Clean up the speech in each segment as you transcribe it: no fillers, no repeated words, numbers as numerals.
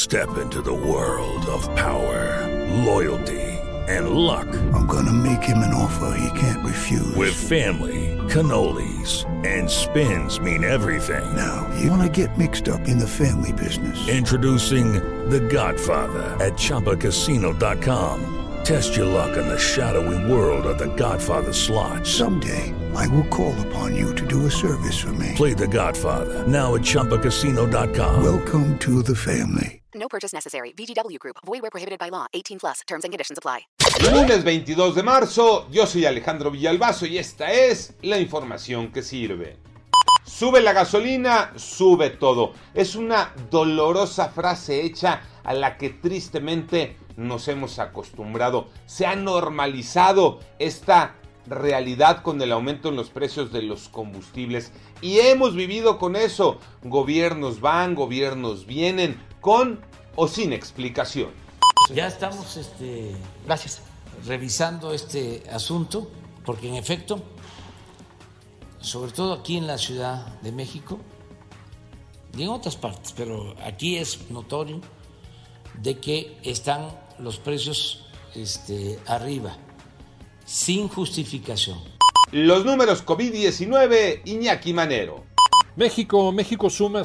Step into the world of power, loyalty, and luck. I'm gonna make him an offer he can't refuse. With family, cannolis, and spins mean everything. Now, you wanna get mixed up in the family business. Introducing The Godfather at ChumbaCasino.com. Test your luck in the shadowy world of The Godfather slot. Someday, I will call upon you to do a service for me. Play The Godfather now at ChumbaCasino.com. Welcome to the family. No purchase necessary. VGW Group. Void where prohibited by law. 18+. Terms and conditions apply. Lunes 22 de marzo, yo soy Alejandro Villalbazo y esta es la información que sirve. Sube la gasolina, sube todo. Es una dolorosa frase hecha a la que tristemente nos hemos acostumbrado. Se ha normalizado esta realidad con el aumento en los precios de los combustibles y hemos vivido con eso. Gobiernos van, gobiernos vienen, con o sin explicación. Ya estamos Gracias. revisando este asunto porque en efecto, sobre todo aquí en la Ciudad de México y en otras partes, pero aquí es notorio de que están los precios arriba, sin justificación. Los números COVID-19, Iñaki Manero. México suma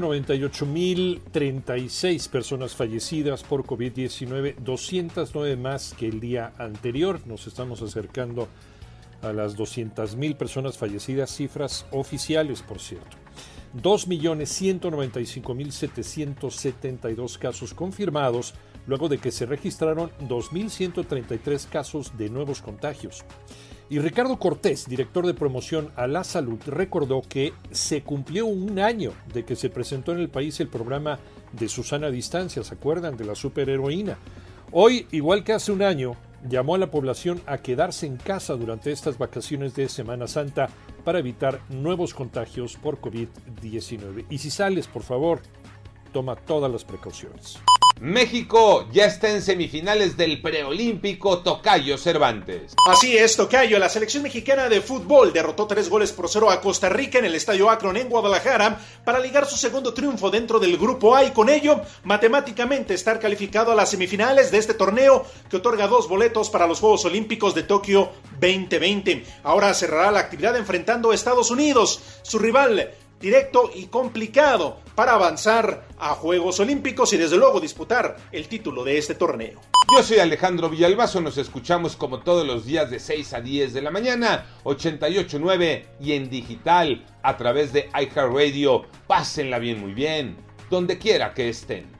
198,036 personas fallecidas por COVID-19, 209 más que el día anterior. Nos estamos acercando a las 200,000 personas fallecidas, cifras oficiales, por cierto. 2,195,772 casos confirmados, luego de que se registraron 2,133 casos de nuevos contagios. Y Ricardo Cortés, director de promoción a la salud, recordó que se cumplió un año de que se presentó en el país el programa de Susana Distancia, ¿se acuerdan? De la superheroína. Hoy, igual que hace un año, llamó a la población a quedarse en casa durante estas vacaciones de Semana Santa para evitar nuevos contagios por COVID-19. Y si sales, por favor, toma todas las precauciones. México ya está en semifinales del preolímpico Tocayo Cervantes. Así es, Tocayo. La selección mexicana de fútbol derrotó 3-0 a Costa Rica en el Estadio Akron en Guadalajara para ligar su segundo triunfo dentro del Grupo A y con ello matemáticamente estar calificado a las semifinales de este torneo que otorga 2 boletos para los Juegos Olímpicos de Tokio 2020. Ahora cerrará la actividad enfrentando a Estados Unidos, su rival directo y complicado para avanzar a Juegos Olímpicos y desde luego disputar el título de este torneo. Yo soy Alejandro Villalbazo, nos escuchamos como todos los días de 6 a 10 de la mañana, 88.9 y en digital a través de iHeartRadio. Pásenla bien, muy bien, donde quiera que estén.